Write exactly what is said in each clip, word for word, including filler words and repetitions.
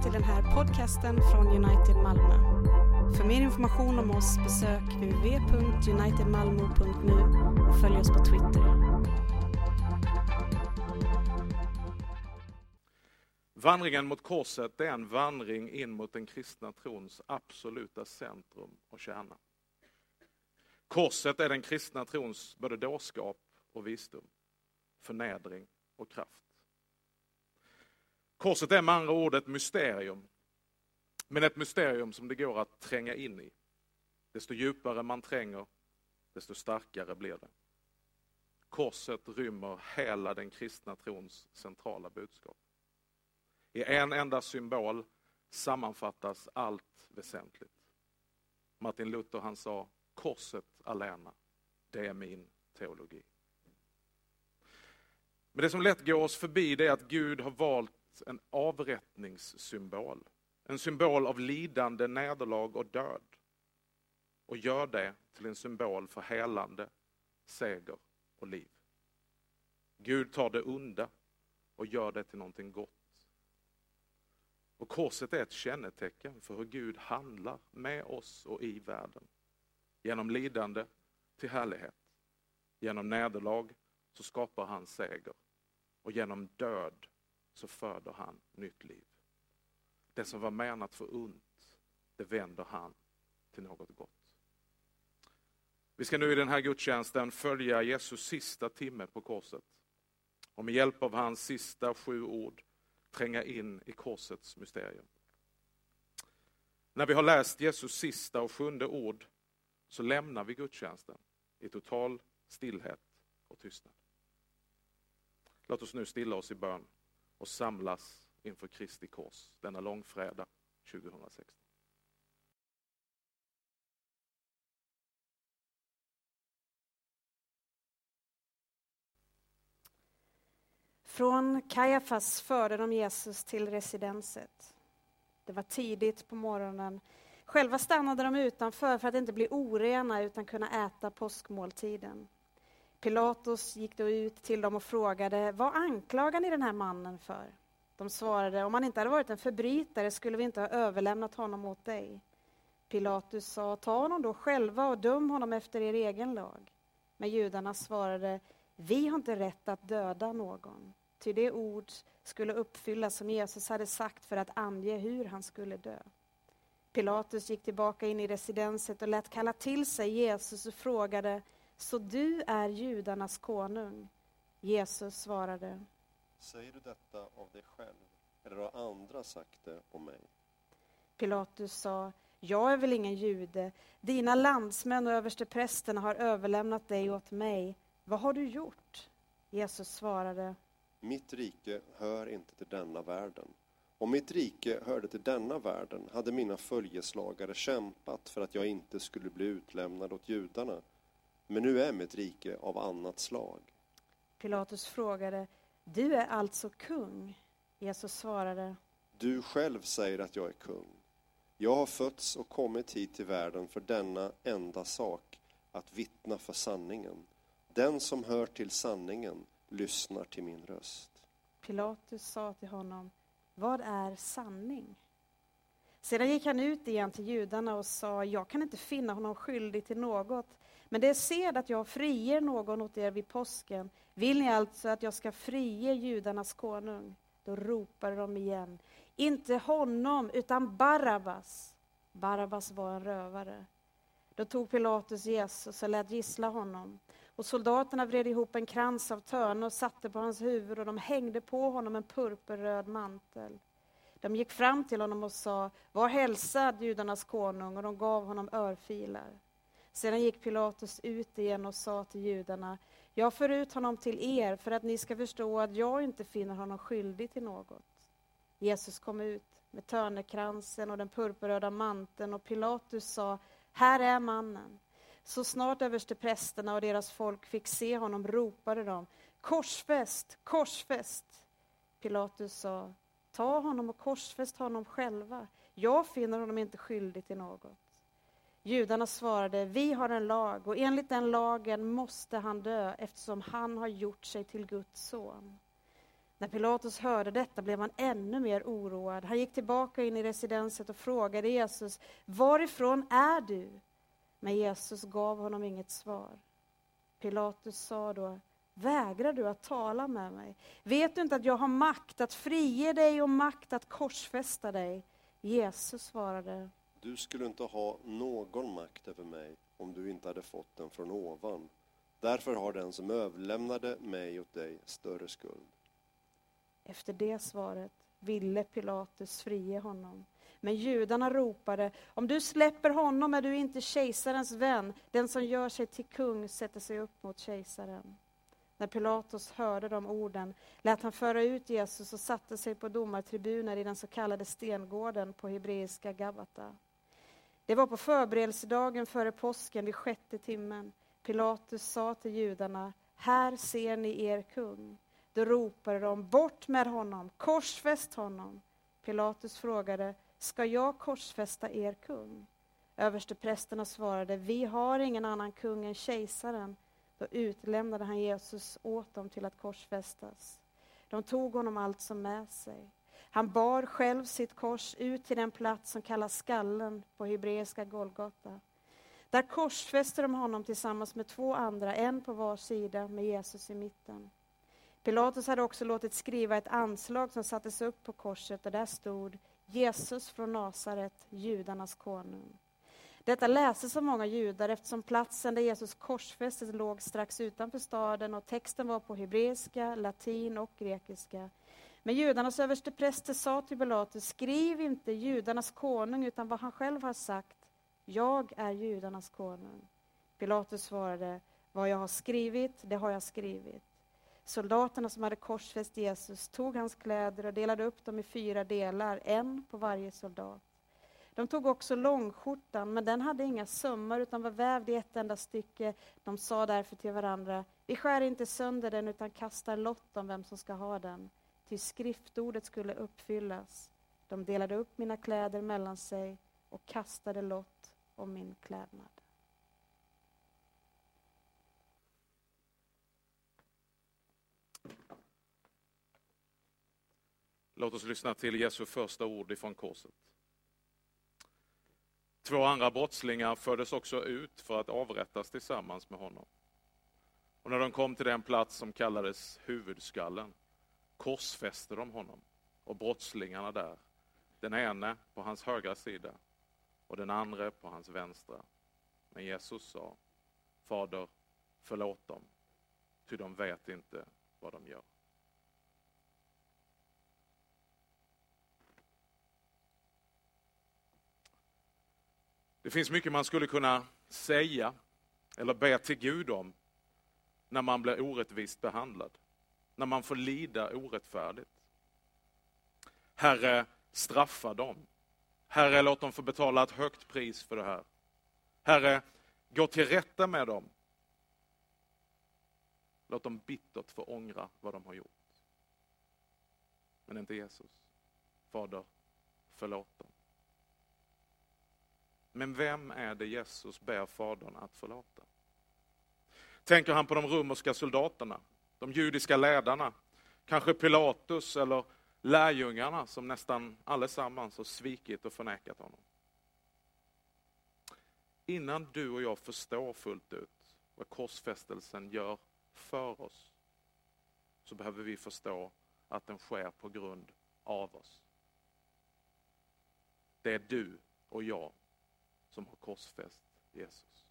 till den här podcasten från United Malmö. För mer information om oss besök w w w punkt united malmo punkt n u och följ oss på Twitter. Vandringen mot korset är en vandring in mot den kristna trons absoluta centrum och kärna. Korset är den kristna trons både dårskap och visdom, förnedring och kraft. Korset är med andra ord ett mysterium, men ett mysterium som det går att tränga in i. Desto djupare man tränger, desto starkare blir det. Korset rymmer hela den kristna trons centrala budskap. I en enda symbol sammanfattas allt väsentligt. Martin Luther han sa, korset alena, det är min teologi. Men det som lätt går oss förbi det är att Gud har valt en avrättningssymbol. En symbol av lidande, nederlag och död. Och gör det till en symbol för helande, seger och liv. Gud tar det onda och gör det till någonting gott. Och korset är ett kännetecken för hur Gud handlar med oss och i världen. Genom lidande till härlighet. Genom nederlag så skapar han seger. Och genom död så föder han nytt liv. Det som var menat för ont, det vänder han till något gott. Vi ska nu i den här gudstjänsten följa Jesus sista timme på korset. Och med hjälp av hans sista sju ord tränga in i korsets mysterium. När vi har läst Jesus sista och sjunde ord så lämnar vi gudstjänsten i total stillhet och tystnad. Låt oss nu stilla oss i bön och samlas inför Kristi kors denna långfredag tjugohundrasexton. Från Kajafas förde de Jesus till residenset. Det var tidigt på morgonen. Själva stannade de utanför för att inte bli orena utan kunna äta påskmåltiden. Pilatus gick då ut till dem och frågade, vad anklagar ni den här mannen för? De svarade, om han inte hade varit en förbrytare skulle vi inte ha överlämnat honom åt dig. Pilatus sa, ta honom då själva och döm honom efter er egen lag. Men judarna svarade, vi har inte rätt att döda någon. Ty det ord skulle uppfyllas som Jesus hade sagt för att ange hur han skulle dö. Pilatus gick tillbaka in i residenset och lät kalla till sig Jesus och frågade, så du är judarnas konung? Jesus svarade, säger du detta av dig själv eller har andra sagt det om mig? Pilatus sa, jag är väl ingen jude. Dina landsmän och översteprästerna har överlämnat dig åt mig. Vad har du gjort? Jesus svarade, mitt rike hör inte till denna världen. Om mitt rike hörde till denna världen hade mina följeslagare kämpat för att jag inte skulle bli utlämnad åt judarna. Men nu är mitt rike av annat slag. Pilatus frågade, du är alltså kung? Jesus svarade, du själv säger att jag är kung. Jag har fötts och kommit hit till världen för denna enda sak, att vittna för sanningen. Den som hör till sanningen lyssnar till min röst. Pilatus sa till honom, vad är sanning? Sedan gick han ut igen till judarna och sa, jag kan inte finna honom skyldig till något. Men det är sed att jag friger någon åt er vid påsken. Vill ni alltså att jag ska frige judarnas konung? Då ropade de igen, inte honom utan Barabbas. Barabbas var en rövare. Då tog Pilatus Jesus och lät gissla honom. Och soldaterna vred ihop en krans av törn och satte på hans huvud och de hängde på honom en purpurröd mantel. De gick fram till honom och sa, var hälsad judarnas konung, och de gav honom örfilar. Sedan gick Pilatus ut igen och sa till judarna, jag för ut honom till er för att ni ska förstå att jag inte finner honom skyldig till något. Jesus kom ut med törnekransen och den purpurröda manteln och Pilatus sa, här är mannen. Så snart översteprästerna och deras folk fick se honom ropade de, korsfäst, korsfäst. Pilatus sa, ta honom och korsfäst honom själva. Jag finner honom inte skyldig till något. Judarna svarade, vi har en lag och enligt den lagen måste han dö eftersom han har gjort sig till Guds son. När Pilatus hörde detta blev han ännu mer oroad. Han gick tillbaka in i residenset och frågade Jesus, varifrån är du? Men Jesus gav honom inget svar. Pilatus sa då, vägrar du att tala med mig? Vet du inte att jag har makt att frige dig och makt att korsfästa dig? Jesus svarade, Du skulle inte ha någon makt över mig om du inte hade fått den från ovan. Därför har den som överlämnade mig åt dig större skuld. Efter det svaret ville Pilatus frige honom. Men judarna ropade, om du släpper honom är du inte kejsarens vän. Den som gör sig till kung sätter sig upp mot kejsaren. När Pilatus hörde de orden lät han föra ut Jesus och satte sig på domartribuner i den så kallade stengården på hebreiska Gabata. Det var på förberedelsedagen före påsken vid sjätte timmen. Pilatus sa till judarna, här ser ni er kung. Då ropade de, bort med honom, korsfäst honom. Pilatus frågade, ska jag korsfästa er kung? Översteprästerna svarade, vi har ingen annan kung än kejsaren. Då utlämnade han Jesus åt dem till att korsfästas. De tog honom alltså med sig. Han bar själv sitt kors ut till den plats som kallas skallen på hebreiska Golgata. Där korsfäste de honom tillsammans med två andra, en på var sida med Jesus i mitten. Pilatus hade också låtit skriva ett anslag som sattes upp på korset och där stod Jesus från Nasaret, judarnas konung. Detta läses av många judar eftersom platsen där Jesus korsfästes låg strax utanför staden och texten var på hebreiska, latin och grekiska. Men judarnas överstepräster sa till Pilatus, skriv inte judarnas konung utan vad han själv har sagt, jag är judarnas konung. Pilatus svarade, vad jag har skrivit, det har jag skrivit. Soldaterna som hade korsfäst Jesus tog hans kläder och delade upp dem i fyra delar, en på varje soldat. De tog också långskjortan, men den hade inga sömmar utan var vävd i ett enda stycke. De sa därför till varandra, vi skär inte sönder den utan kastar lott om vem som ska ha den. Till skriftordet skulle uppfyllas. De delade upp mina kläder mellan sig och kastade lott om min klädnad. Låt oss lyssna till Jesu första ord ifrån korset. Två andra brottslingar fördes också ut för att avrättas tillsammans med honom. Och när de kom till den plats som kallades huvudskallen korsfäste de honom och brottslingarna där, den ene på hans högra sida och den andra på hans vänstra. Men Jesus sa, Fader, förlåt dem, ty de vet inte vad de gör. Det finns mycket man skulle kunna säga eller be till Gud om när man blir orättvist behandlad. När man får lida orättfärdigt. Herre, straffa dem. Herre, låt dem få betala ett högt pris för det här. Herre, gå till rätta med dem. Låt dem bittert få ångra vad de har gjort. Men inte Jesus. Fader, förlåt dem. Men vem är det Jesus ber Fadern att förlåta? Tänker han på de romerska soldaterna, de judiska ledarna, kanske Pilatus eller lärjungarna som nästan allesammans har svikit och förnekat honom? Innan du och jag förstår fullt ut vad korsfästelsen gör för oss, så behöver vi förstå att den sker på grund av oss. Det är du och jag som har korsfäst Jesus.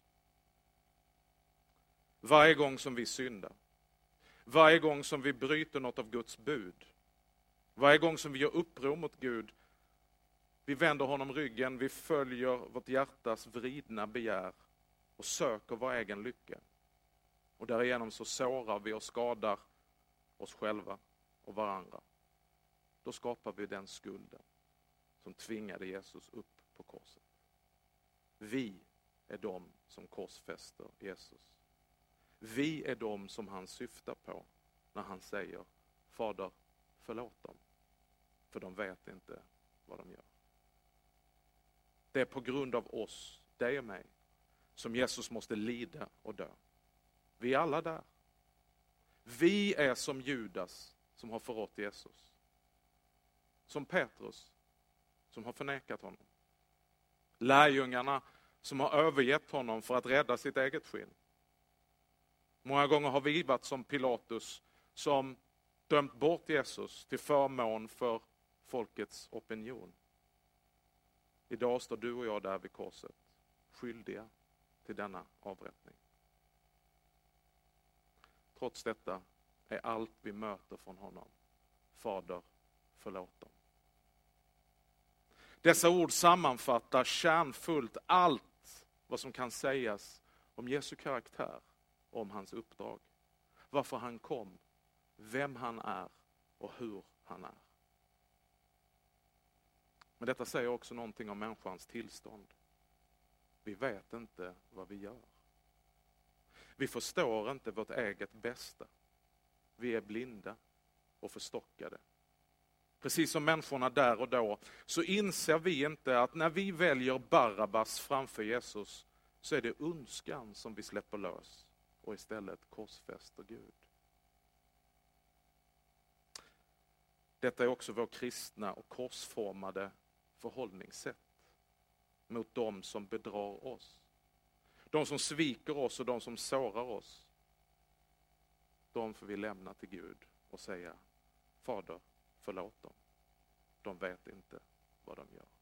Varje gång som vi syndar, varje gång som vi bryter något av Guds bud, varje gång som vi gör uppror mot Gud, vi vänder honom ryggen, vi följer vårt hjärtas vridna begär och söker vår egen lycka. Och därigenom så sårar vi och skadar oss själva och varandra. Då skapar vi den skulden som tvingade Jesus upp på korset. Vi är de som korsfäster Jesus. Vi är de som han syftar på när han säger, Fader, förlåt dem, för de vet inte vad de gör. Det är på grund av oss, dig och mig, som Jesus måste lida och dö. Vi är alla där. Vi är som Judas som har förrått Jesus. Som Petrus som har förnekat honom. Lärjungarna som har övergett honom för att rädda sitt eget skinn. Många gånger har vi varit som Pilatus som dömt bort Jesus till förmån för folkets opinion. Idag står du och jag där vid korset, skyldiga till denna avrättning. Trots detta är allt vi möter från honom: Fader, förlåt dem. Dessa ord sammanfattar kärnfullt allt vad som kan sägas om Jesu karaktär och om hans uppdrag. Varför han kom, vem han är och hur han är. Men detta säger också någonting om människans tillstånd. Vi vet inte vad vi gör. Vi förstår inte vårt eget bästa. Vi är blinda och förstockade. Precis som människorna där och då så inser vi inte att när vi väljer Barabbas framför Jesus så är det ondskan som vi släpper lös och istället korsfäster Gud. Detta är också vår kristna och korsformade förhållningssätt mot de som bedrar oss. De som sviker oss och de som sårar oss. De får vi lämna till Gud och säga: Fader, förlåt dem. De vet inte vad de gör.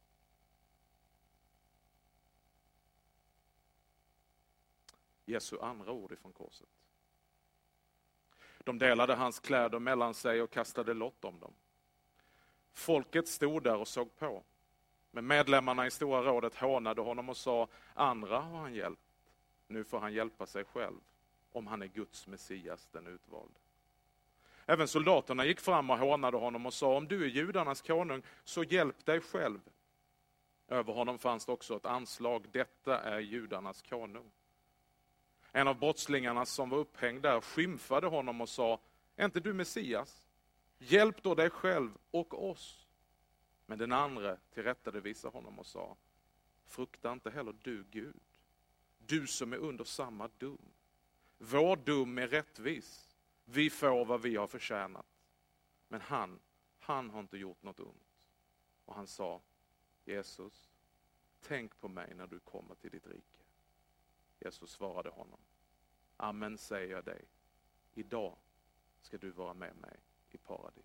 Jesu andra ord ifrån korset. De delade hans kläder mellan sig och kastade lott om dem. Folket stod där och såg på. Men medlemmarna i Stora rådet hånade honom och sa: andra har han hjälpt. Nu får han hjälpa sig själv, om han är Guds Messias, den utvald. Även soldaterna gick fram och hånade honom och sa: om du är judarnas konung, så hjälp dig själv. Över honom fanns det också ett anslag: detta är judarnas konung. En av brottslingarna som var upphängd där skymfade honom och sa: är inte du Messias? Hjälp då dig själv och oss. Men den andra tillrättavisade honom och sa: frukta inte heller du Gud, du som är under samma dom. Vår dom är rättvis. Vi får vad vi har förtjänat. Men han, han har inte gjort något ont. Och han sa: Jesus, tänk på mig när du kommer till ditt rike. Jesus svarade honom: amen säger jag dig, idag ska du vara med mig i paradis.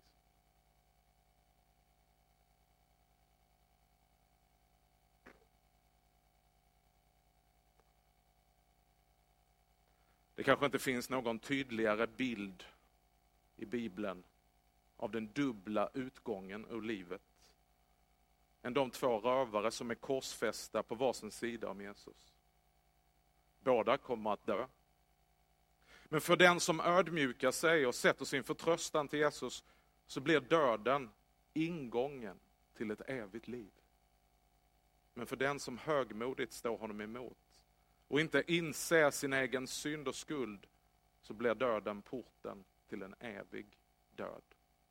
Det kanske inte finns någon tydligare bild i Bibeln av den dubbla utgången ur livet än de två rövare som är korsfästa på varsin sida om Jesus. Båda kommer att dö. Men för den som ödmjukar sig och sätter sin förtröstan till Jesus så blir döden ingången till ett evigt liv. Men för den som högmodigt står honom emot och inte inser sin egen synd och skuld så blir döden porten till en evig död.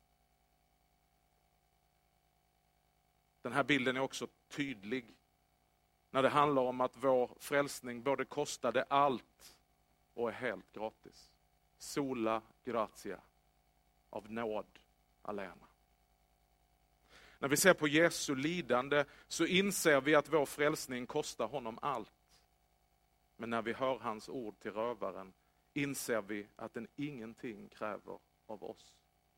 Den här bilden är också tydlig när det handlar om att vår frälsning både kostade allt och är helt gratis. Sola gratia, av nåd alena. När vi ser på Jesu lidande så inser vi att vår frälsning kostar honom allt. Men när vi hör hans ord till rövaren inser vi att den ingenting kräver av oss.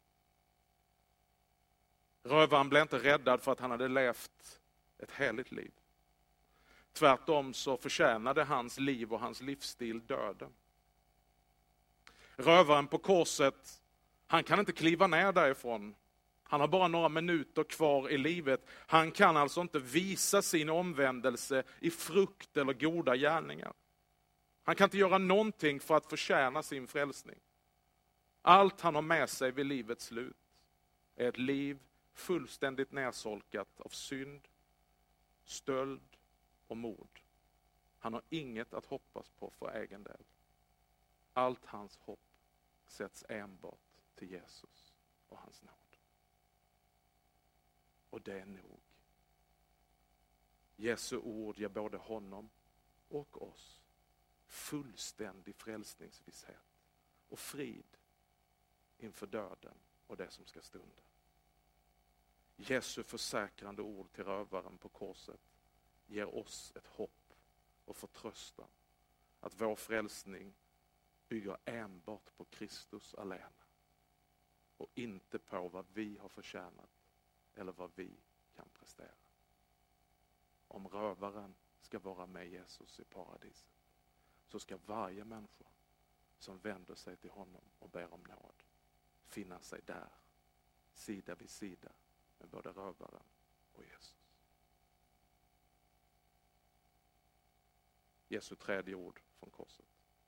Rövaren blev inte räddad för att han hade levt ett heligt liv. Tvärtom så förtjänade hans liv och hans livsstil döden. Rövaren på korset, han kan inte kliva ner därifrån. Han har bara några minuter kvar i livet. Han kan alltså inte visa sin omvändelse i frukt eller goda gärningar. Han kan inte göra någonting för att förtjäna sin frälsning. Allt han har med sig vid livets slut är ett liv fullständigt nersolkat av synd, stöld och mord. Han har inget att hoppas på för egen del. Allt hans hopp sätts enbart till Jesus och hans nåd. Och det är nog. Jesu ord ger både honom och oss fullständig frälsningsvisshet och frid inför döden och det som ska stunda. Jesu försäkrande ord till rövaren på korset ger oss ett hopp och förtröstan att vår frälsning bygger enbart på Kristus alena och inte på vad vi har förtjänat eller vad vi kan prestera. Om rövaren ska vara med Jesus i paradiset, så ska varje människa som vänder sig till honom och ber om nåd finna sig där, sida vid sida med både rövaren och Jesus. Jesu tredje ord från korset.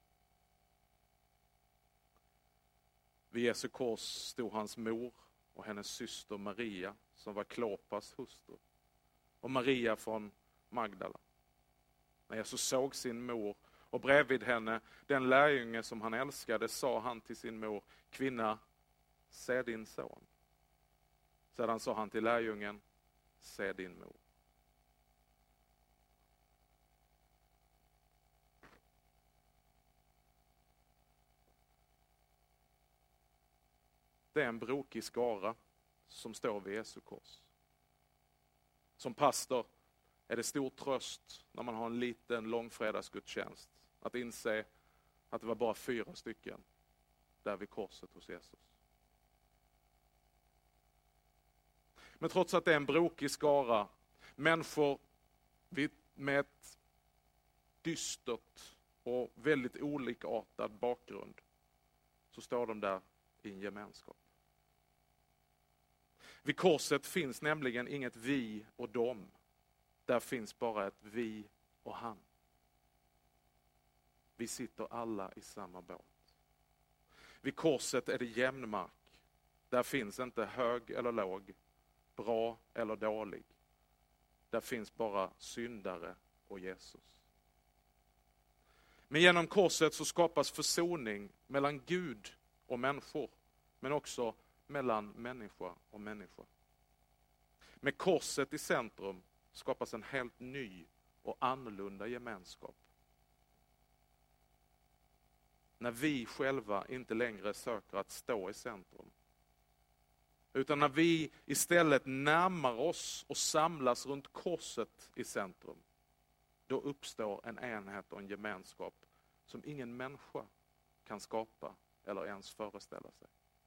Vid Jesu kors stod hans mor och hennes syster Maria, som var Klopas hustru, och Maria från Magdala. När Jesus såg sin mor och bredvid henne den lärjunge som han älskade, sa han till sin mor: kvinna, se din son. Sedan sa han till lärjungen: se din mor. Det är en brokig skara som står vid Jesu kors. Som pastor är det stor tröst när man har en liten långfredagsgudstjänst att inse att det var bara fyra stycken där vid korset hos Jesus. Men trots att det är en brokig skara, människor med ett dystert och väldigt olikartad bakgrund, så står de där i en gemenskap. Vid korset finns nämligen inget vi och dem. Där finns bara ett vi och han. Vi sitter alla i samma båt. Vid korset är det jämn mark. Där finns inte hög eller låg, bra eller dålig. Där finns bara syndare och Jesus. Men genom korset så skapas försoning mellan Gud och människor, men också mellan människa och människa. Med korset i centrum skapas en helt ny och annorlunda gemenskap. När vi själva inte längre söker att stå i centrum, utan när vi istället närmar oss och samlas runt korset i centrum, då uppstår en enhet och en gemenskap som ingen människa kan skapa eller ens föreställa sig.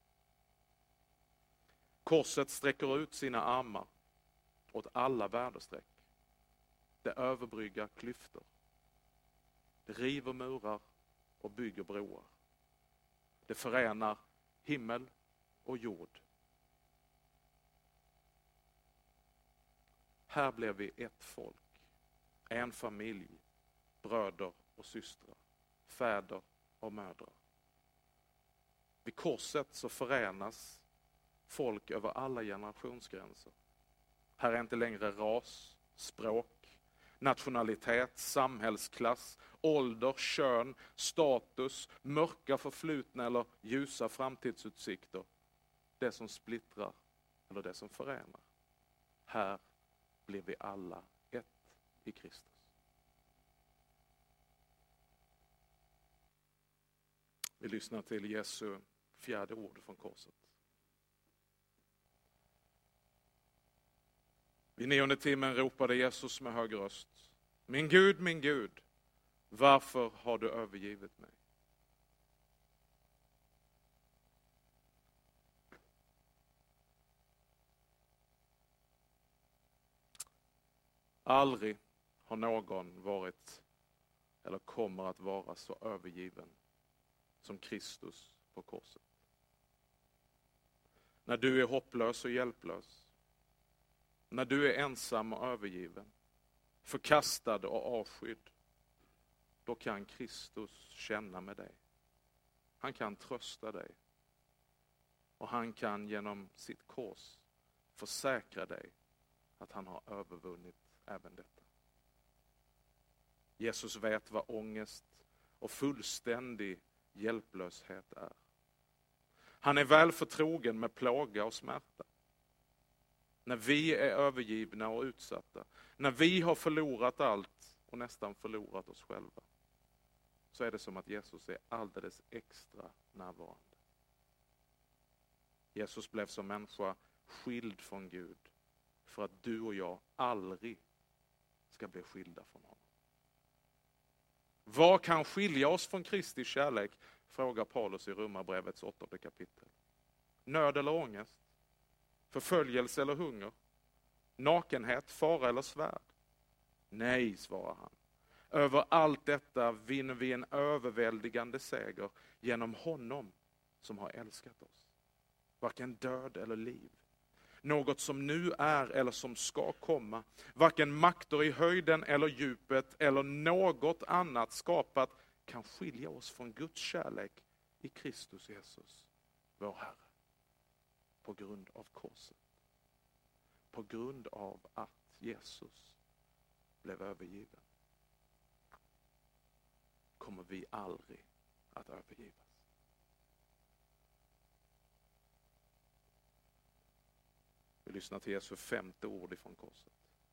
Korset sträcker ut sina armar åt alla väderstreck. Det överbryggar klyftor. Det river murar och bygger broar. Det förenar himmel och jord. Här blev vi ett folk, en familj, bröder och systrar, fäder och mödrar. Vid korset så förenas folk över alla generationsgränser. Här är inte längre ras, språk, nationalitet, samhällsklass, ålder, kön, status, mörka förflutna eller ljusa framtidsutsikter det som splittrar eller det som förenar. Här blir vi alla ett i Kristus. Vi lyssnar till Jesu fjärde ord från korset. Vid nionde timmen ropade Jesus med hög röst: min Gud, min Gud, varför har du övergivit mig? Aldrig har någon varit eller kommer att vara så övergiven som Kristus på korset. När du är hopplös och hjälplös, när du är ensam och övergiven, förkastad och avskydd, då kan Kristus känna med dig. Han kan trösta dig. Och han kan genom sitt kors försäkra dig att han har övervunnit även detta. Jesus vet vad ångest och fullständig hjälplöshet är. Han är väl förtrogen med plåga och smärta. När vi är övergivna och utsatta, när vi har förlorat allt och nästan förlorat oss själva, så är det som att Jesus är alldeles extra närvarande. Jesus blev som människa skild från Gud för att du och jag aldrig ska bli skilda från honom. Vad kan skilja oss från Kristi kärlek? Frågar Paulus i Romarbrevets åttonde kapitel. Nöd eller ångest? Förföljelse eller hunger? Nakenhet, fara eller svärd? Nej, svarar han. Över allt detta vinner vi en överväldigande seger genom honom som har älskat oss. Varken död eller liv. Något som nu är eller som ska komma. Varken makter i höjden eller djupet eller något annat skapat kan skilja oss från Guds kärlek i Kristus Jesus, vår Herre. På grund av korset. På grund av att Jesus blev övergiven. Kommer vi aldrig att övergivas. Vi lyssnar till Jesu femte ord ifrån korset.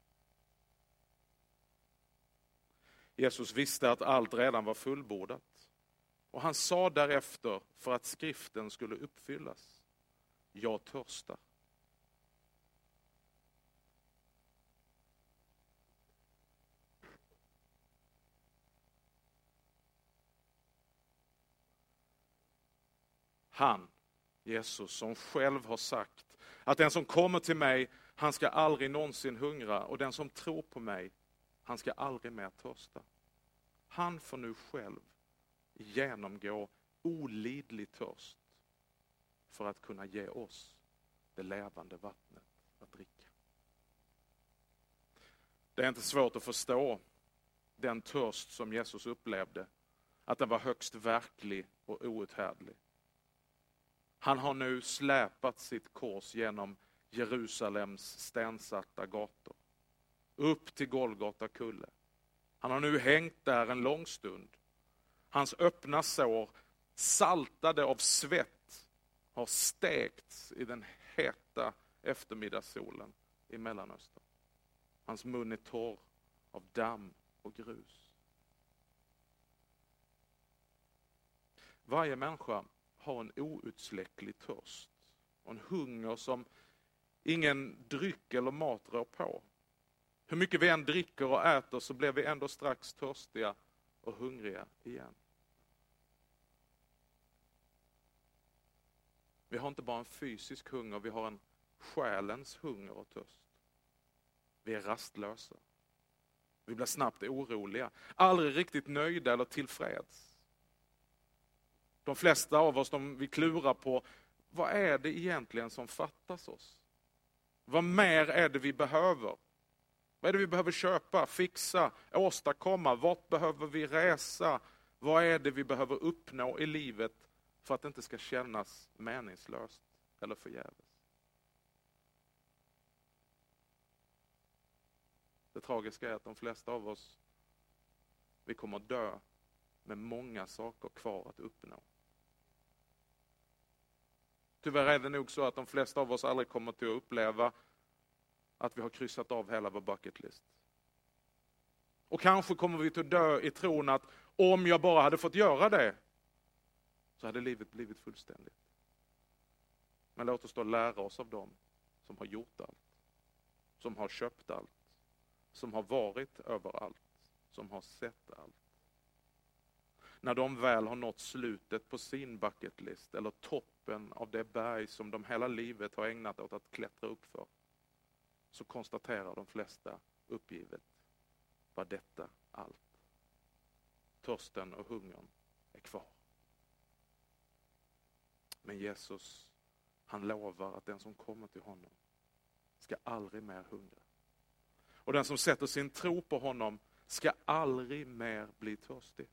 Jesus visste att allt redan var fullbordat. Och han sa därefter för att skriften skulle uppfyllas. Jag törstar. Han, Jesus, som själv har sagt att den som kommer till mig, han ska aldrig någonsin hungra, och den som tror på mig, han ska aldrig mer törsta. Han får nu själv genomgå olidlig törst för att kunna ge oss det levande vattnet att dricka. Det är inte svårt att förstå den törst som Jesus upplevde, att den var högst verklig och outhärdlig. Han har nu släpat sitt kors genom Jerusalems stensatta gator. Upp till Golgata kulle. Han har nu hängt där en lång stund. Hans öppna sår, saltade av svett, har stekts i den heta eftermiddagssolen i Mellanöstern. Hans mun är torr av damm och grus. Varje människa har en outsläcklig törst och en hunger som ingen dryck eller mat rår på. Hur mycket vi än dricker och äter så blir vi ändå strax törstiga och hungriga igen. Vi har inte bara en fysisk hunger, vi har en själens hunger och törst. Vi är rastlösa. Vi blir snabbt oroliga, aldrig riktigt nöjda eller tillfreds. De flesta av oss, de, vi klurar på, vad är det egentligen som fattas oss? Vad mer är det vi behöver? Vad är det vi behöver köpa, fixa, åstadkomma? Vart behöver vi resa? Vad är det vi behöver uppnå i livet för att det inte ska kännas meningslöst eller förgäves? Det tragiska är att de flesta av oss, vi kommer dö med många saker kvar att uppnå. Tyvärr är det nog så att de flesta av oss aldrig kommer till att uppleva att vi har kryssat av hela vår bucket list. Och kanske kommer vi till att dö i tron att om jag bara hade fått göra det så hade livet blivit fullständigt. Men låt oss då lära oss av dem som har gjort allt, som har köpt allt, som har varit överallt, som har sett allt. När de väl har nått slutet på sin bucket list eller toppen av det berg som de hela livet har ägnat åt att klättra upp för, så konstaterar de flesta uppgivet: var detta allt? Törsten och hungern är kvar. Men Jesus, han lovar att den som kommer till honom ska aldrig mer hungra. Och den som sätter sin tro på honom ska aldrig mer bli törstig.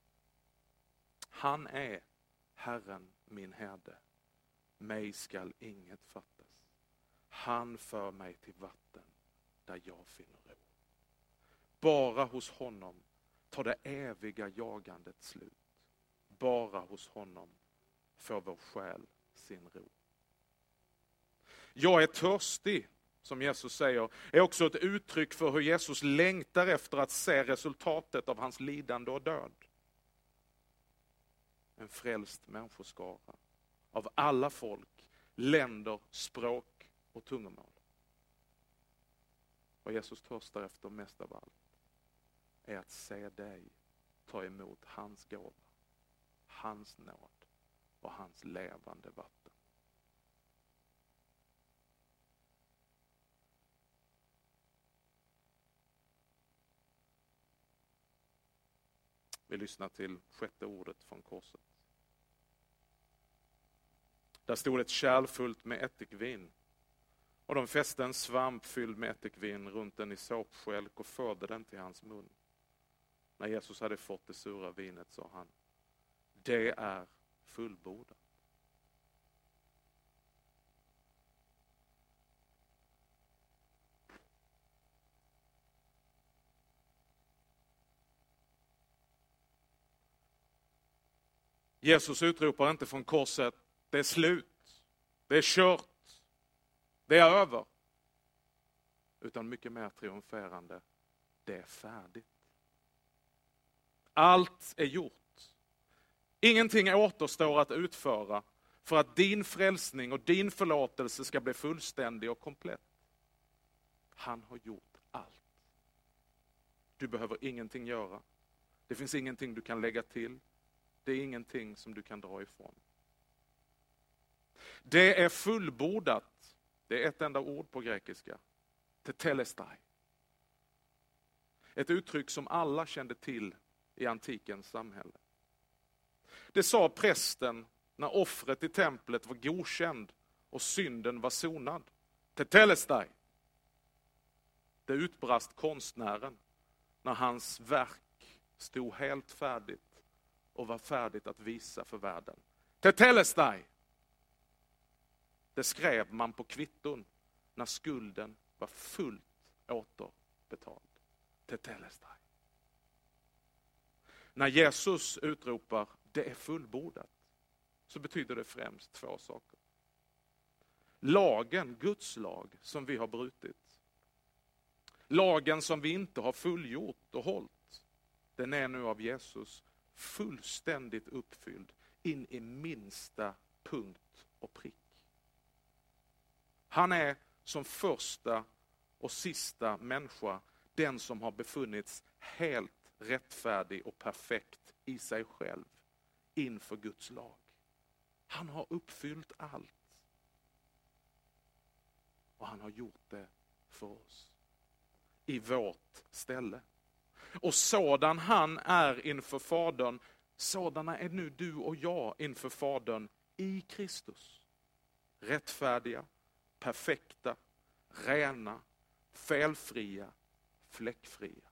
Han är Herren min herde. Mig skall inget fattas. Han för mig till vatten där jag finner ro. Bara hos honom tar det eviga jagandet slut. Bara hos honom får vår själ sin ro. Jag är törstig, som Jesus säger, är också ett uttryck för hur Jesus längtar efter att se resultatet av hans lidande och död. En frälst människoskara av alla folk länder, språk och tungomål. Vad Jesus törstar efter mest av allt är att se dig ta emot hans gåva, hans nåd och hans levande vatten. Vi lyssnar till sjätte ordet från korset. Där stod ett kärl fullt med ättikvin, och de fäste en svamp fylld med ättikvin runt den i såpskälk och förde den till hans mun. När Jesus hade fått det sura vinet sa han: det är fullbordat. Jesus utropar inte från korset: det är slut, det är kört, det är över. Utan mycket mer triumferande: det är färdigt. Allt är gjort. Ingenting återstår att utföra för att din frälsning och din förlåtelse ska bli fullständig och komplett. Han har gjort allt. Du behöver ingenting göra. Det finns ingenting du kan lägga till. Det är ingenting som du kan dra ifrån. Det är fullbordat. Det är ett enda ord på grekiska. Tetelestai. Ett uttryck som alla kände till i antikens samhälle. Det sa prästen när offret i templet var godkänd och synden var sonad. Tetelestai. Det utbrast konstnären när hans verk stod helt färdigt och var färdigt att visa för världen. Tetelestai. Det skrev man på kvitton när skulden var fullt återbetald. Tetelestai. När Jesus utropar det är fullbordat, så betyder det främst två saker. Lagen, Guds lag, som vi har brutit. Lagen som vi inte har fullgjort och hållit. Den är nu av Jesus fullständigt uppfylld in i minsta punkt och prick. Han är som första och sista människa den som har befunnits helt rättfärdig och perfekt i sig själv inför Guds lag. Han har uppfyllt allt. Och han har gjort det för oss. I vårt ställe. Och sådan han är inför Fadern, sådana är nu du och jag inför Fadern i Kristus. Rättfärdiga, perfekta, rena, felfria, fläckfria.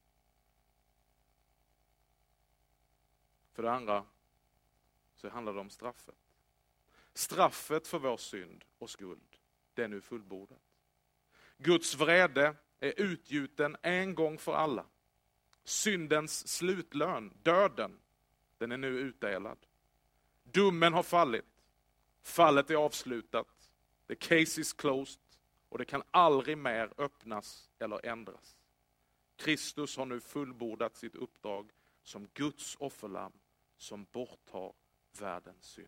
För det andra så handlar det om straffet. Straffet för vår synd och skuld, det är nu fullbordat. Guds vrede är utgjuten en gång för alla. Syndens slutlön, döden, den är nu utdelad. Domen har fallit. Fallet är avslutat. The case is closed och det kan aldrig mer öppnas eller ändras. Kristus har nu fullbordat sitt uppdrag som Guds offerlamm som borttar världens synd.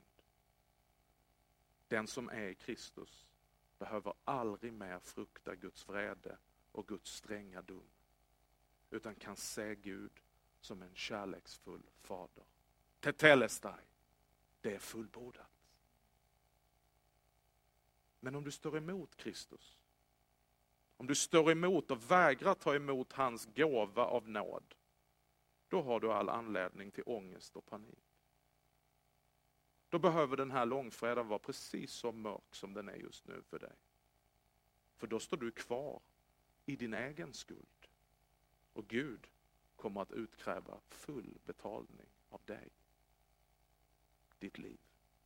Den som är i Kristus behöver aldrig mer frukta Guds vrede och Guds stränga dom, utan kan se Gud som en kärleksfull fader. Tetelestai, det är fullbordat. Men om du står emot Kristus, om du står emot och vägrar ta emot hans gåva av nåd, då har du all anledning till ångest och panik. Då behöver den här långfredagen vara precis så mörk som den är just nu för dig. För då står du kvar i din egen skuld. Och Gud kommer att utkräva full betalning av dig. Ditt liv.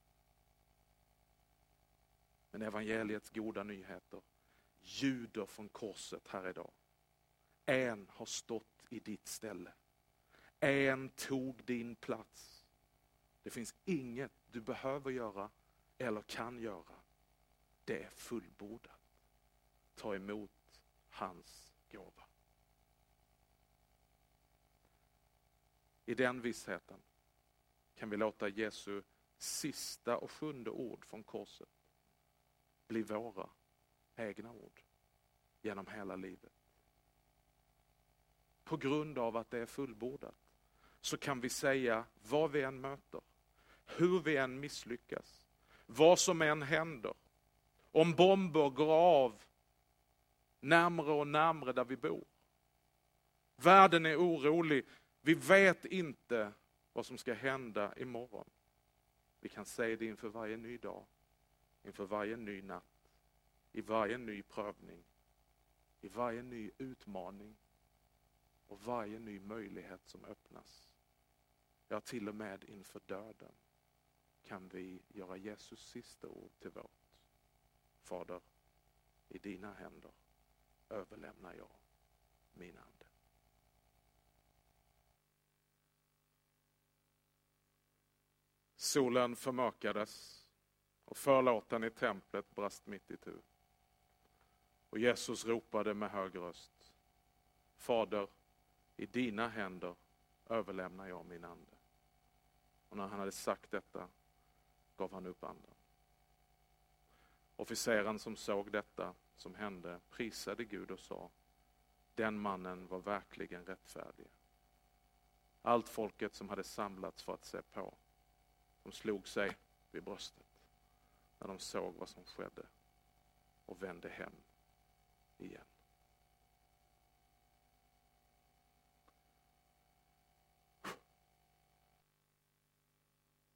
Men evangeliets goda nyheter ljuder från korset här idag. En har stått i ditt ställe. En tog din plats. Det finns inget du behöver göra eller kan göra. Det är fullbordat. Ta emot hans gåva. I den vissheten kan vi låta Jesu sista och sjunde ord från korset bli våra egna ord genom hela livet. På grund av att det är fullbordat så kan vi säga vad vi än möter, hur vi än misslyckas, vad som än händer. Om bomber går av närmare och närmare där vi bor. Världen är orolig. Vi vet inte vad som ska hända imorgon. Vi kan säga det inför varje ny dag, inför varje ny natt, i varje ny prövning, i varje ny utmaning och varje ny möjlighet som öppnas. Ja, till och med inför döden kan vi göra Jesus sista ord till vårt. Fader, i dina händer överlämnar jag min ande. Solen förmörkades och förlåten i templet brast mitt i tu. Och Jesus ropade med hög röst: Fader, i dina händer överlämnar jag min ande. Och när han hade sagt detta gav han upp anden. Officeren som såg detta som hände prisade Gud och sa: den mannen var verkligen rättfärdig. Allt folket som hade samlats för att se på, de slog sig vid bröstet när de såg vad som skedde och vände hem igen.